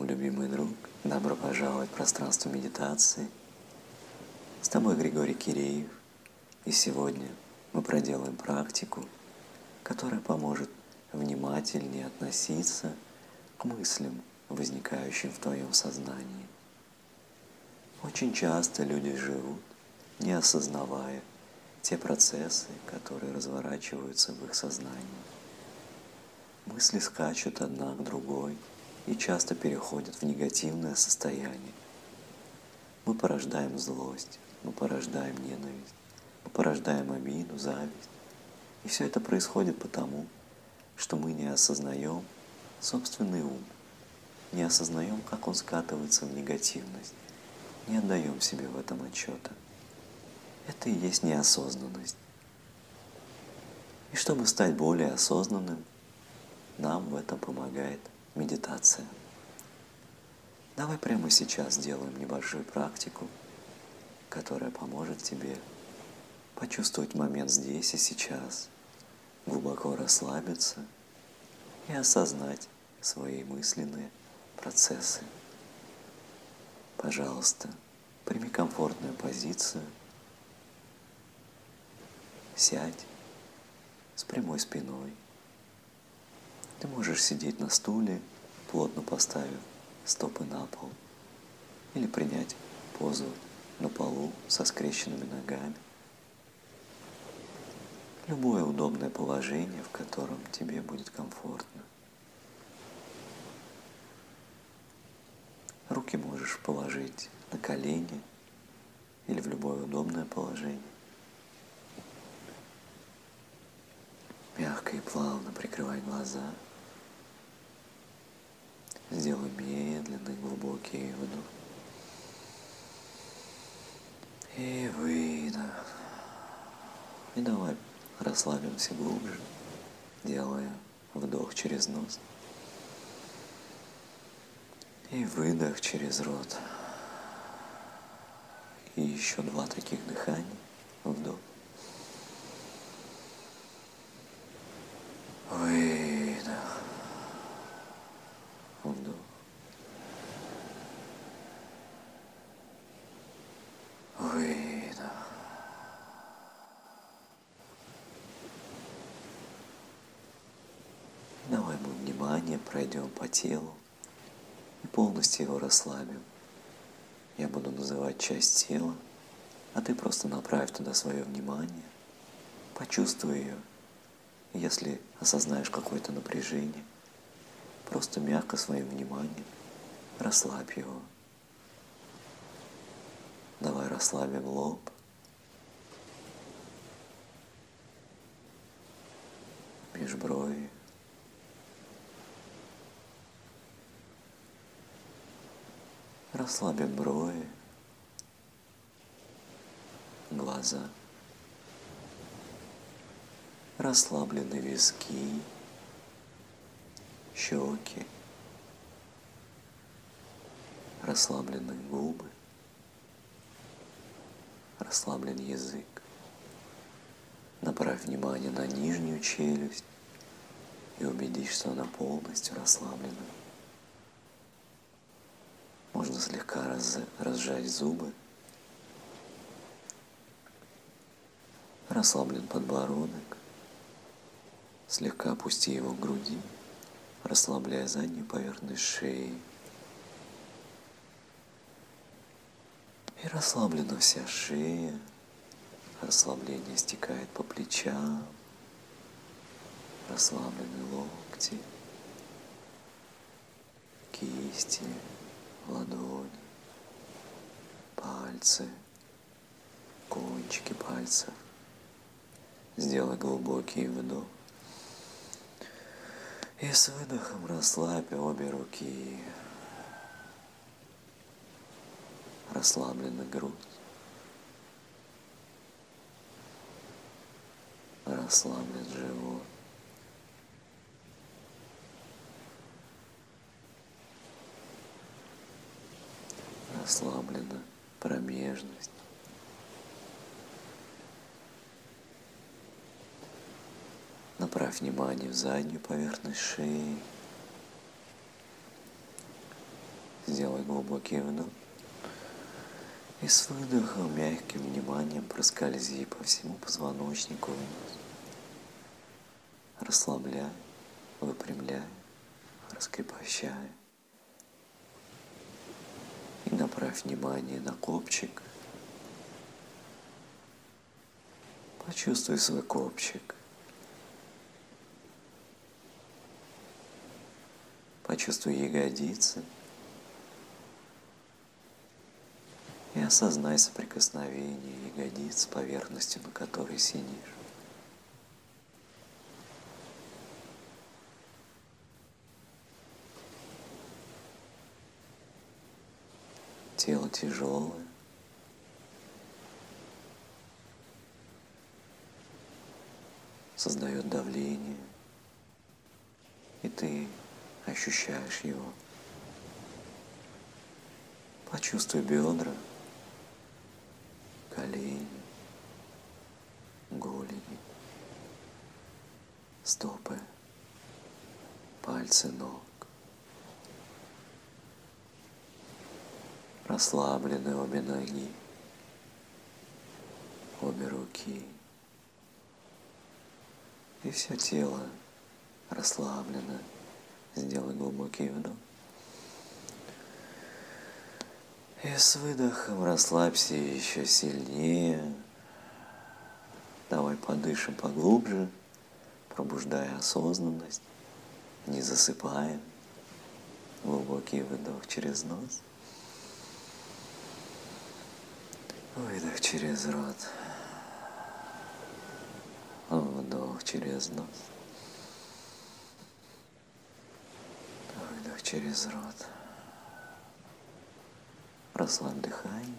мой любимый друг. Добро пожаловать в пространство медитации. С тобой Григорий Киреев. И сегодня мы проделаем практику, которая поможет внимательнее относиться к мыслям, возникающим в твоем сознании. Очень часто люди живут, не осознавая те процессы, которые разворачиваются в их сознании. Мысли скачут одна к другой и часто переходят в негативное состояние. Мы порождаем злость, мы порождаем ненависть, мы порождаем обиду, зависть. И все это происходит потому, что мы не осознаем собственный ум, не осознаем, как он скатывается в негативность, не отдаем себе в этом отчета. Это и есть неосознанность. И чтобы стать более осознанным, нам в этом помогает медитация. Давай прямо сейчас сделаем небольшую практику, которая поможет тебе почувствовать момент здесь и сейчас, глубоко расслабиться и осознать свои мысленные процессы. Пожалуйста, прими комфортную позицию, сядь с прямой спиной. Ты можешь сидеть на стуле, плотно поставив стопы на пол, или принять позу на полу со скрещенными ногами. Любое удобное положение, в котором тебе будет комфортно. Руки можешь положить на колени или в любое удобное положение. Мягко и плавно прикрывай глаза. Сделай медленный глубокий вдох и выдох. И давай расслабимся глубже, делая вдох через нос и выдох через рот. И еще 2 таких дыхания. Вдох. Выдох. Вдох. Выдох. Давай мы внимание пройдем по телу и полностью его расслабим. Я буду называть часть тела, а ты просто направь туда свое внимание, почувствуй ее. И если осознаешь какое-то напряжение, просто мягко своим вниманием расслабь его. Давай расслабим лоб, межброви, расслабим брови, глаза, расслаблены виски, щеки, расслаблены губы, расслаблен язык. Направь внимание на нижнюю челюсть и убедись, что она полностью расслаблена. Можно слегка разжать зубы. Расслаблен подбородок. Слегка опусти его к груди, расслабляя заднюю поверхность шеи. И расслаблена вся шея. Расслабление стекает по плечам. Расслаблены локти, кисти, ладони, пальцы, кончики пальцев. Сделай глубокий вдох. И с выдохом расслабь обе руки. Расслаблена грудь. Расслаблен живот. Расслаблена промежность. Направь внимание в заднюю поверхность шеи. сделай глубокий вдох. И с выдохом мягким вниманием проскользи по всему позвоночнику вниз. Расслабляй, выпрямляй, раскрепощай. И направь внимание на копчик. Почувствуй свой копчик. Почувствуй ягодицы. И осознай соприкосновение ягодиц с поверхностью, на которой сидишь. Тело тяжелое. Создает давление. И ты ощущаешь его. Почувствуй бедра, колени, голени, стопы, пальцы ног. Расслаблены обе ноги, обе руки. И все тело расслаблено. Сделай глубокий вдох. И с выдохом расслабься еще сильнее. Давай подышим поглубже, пробуждая осознанность, не засыпая. Глубокий вдох через нос. Выдох через рот. Вдох через нос. Выдох через рот. Расслабь дыхание.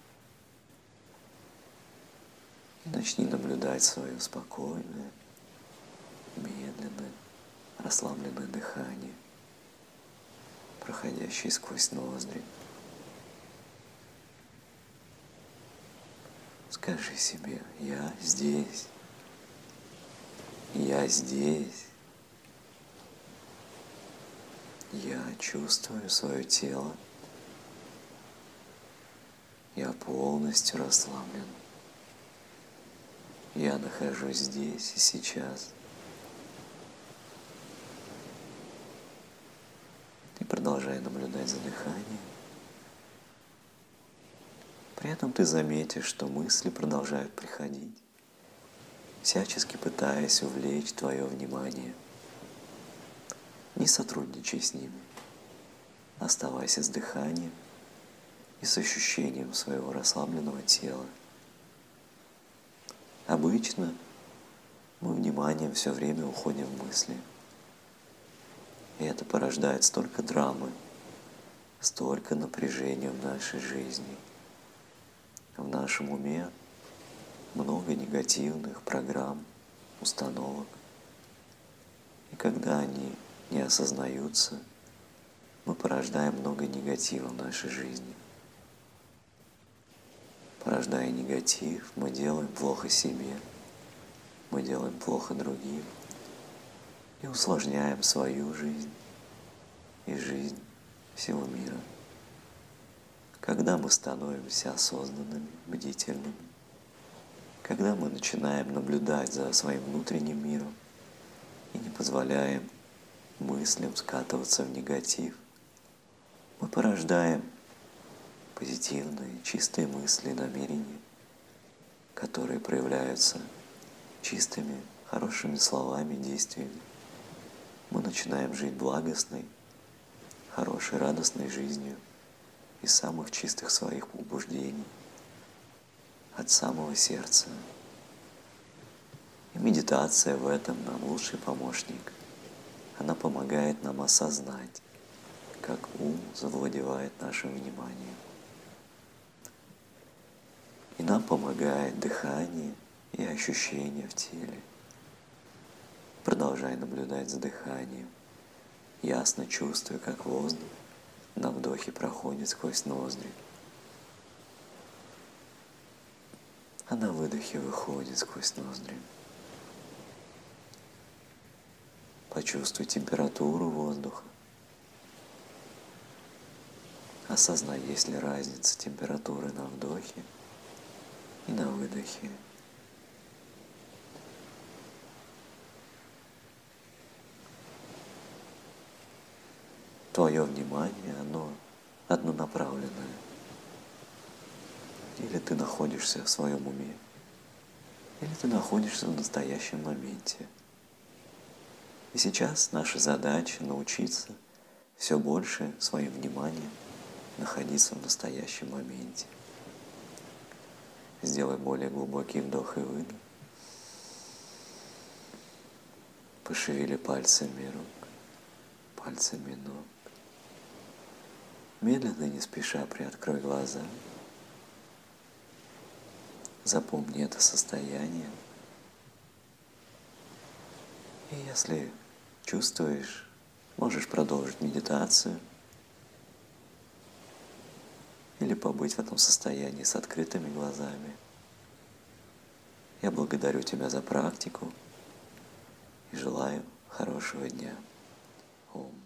И начни наблюдать свое спокойное, медленное, расслабленное дыхание, проходящее сквозь ноздри. Скажи себе: я здесь. Я здесь. Я чувствую свое тело. Я полностью расслаблен. Я нахожусь здесь и сейчас. И продолжай наблюдать за дыханием. При этом ты заметишь, что мысли продолжают приходить, всячески пытаясь увлечь твое внимание. Не сотрудничай с ними. Оставайся с дыханием и с ощущением своего расслабленного тела. Обычно мы вниманием все время уходим в мысли. И это порождает столько драмы, столько напряжения в нашей жизни. В нашем уме много негативных программ, установок. И когда они не осознаются, мы порождаем много негатива в нашей жизни. Порождая негатив, мы делаем плохо себе, мы делаем плохо другим и усложняем свою жизнь и жизнь всего мира. Когда мы становимся осознанными, бдительными, когда мы начинаем наблюдать за своим внутренним миром и не позволяем мыслям скатываться в негатив, мы порождаем позитивные, чистые мысли, намерения, которые проявляются чистыми, хорошими словами, действиями. Мы начинаем жить благостной, хорошей, радостной жизнью из самых чистых своих побуждений, от самого сердца. И медитация в этом нам лучший помощник. Она помогает нам осознать, как ум завладевает нашим вниманием. И нам помогает дыхание и ощущения в теле. Продолжай наблюдать за дыханием, ясно чувствуя, как воздух на вдохе проходит сквозь ноздри, а на выдохе выходит сквозь ноздри. Почувствуй температуру воздуха. осознай, есть ли разница температуры на вдохе и на выдохе. Твое внимание, оно однонаправленное. Или ты находишься в своем уме, или ты находишься в настоящем моменте. И сейчас наша задача научиться все больше своим вниманием находиться в настоящем моменте. Сделай более глубокий вдох и выдох. Пошевели пальцами рук, пальцами ног. Медленно и не спеша приоткрой глаза. Запомни это состояние. И если чувствуешь, можешь продолжить медитацию или побыть в этом состоянии с открытыми глазами. Я благодарю тебя за практику и желаю хорошего дня. Ом.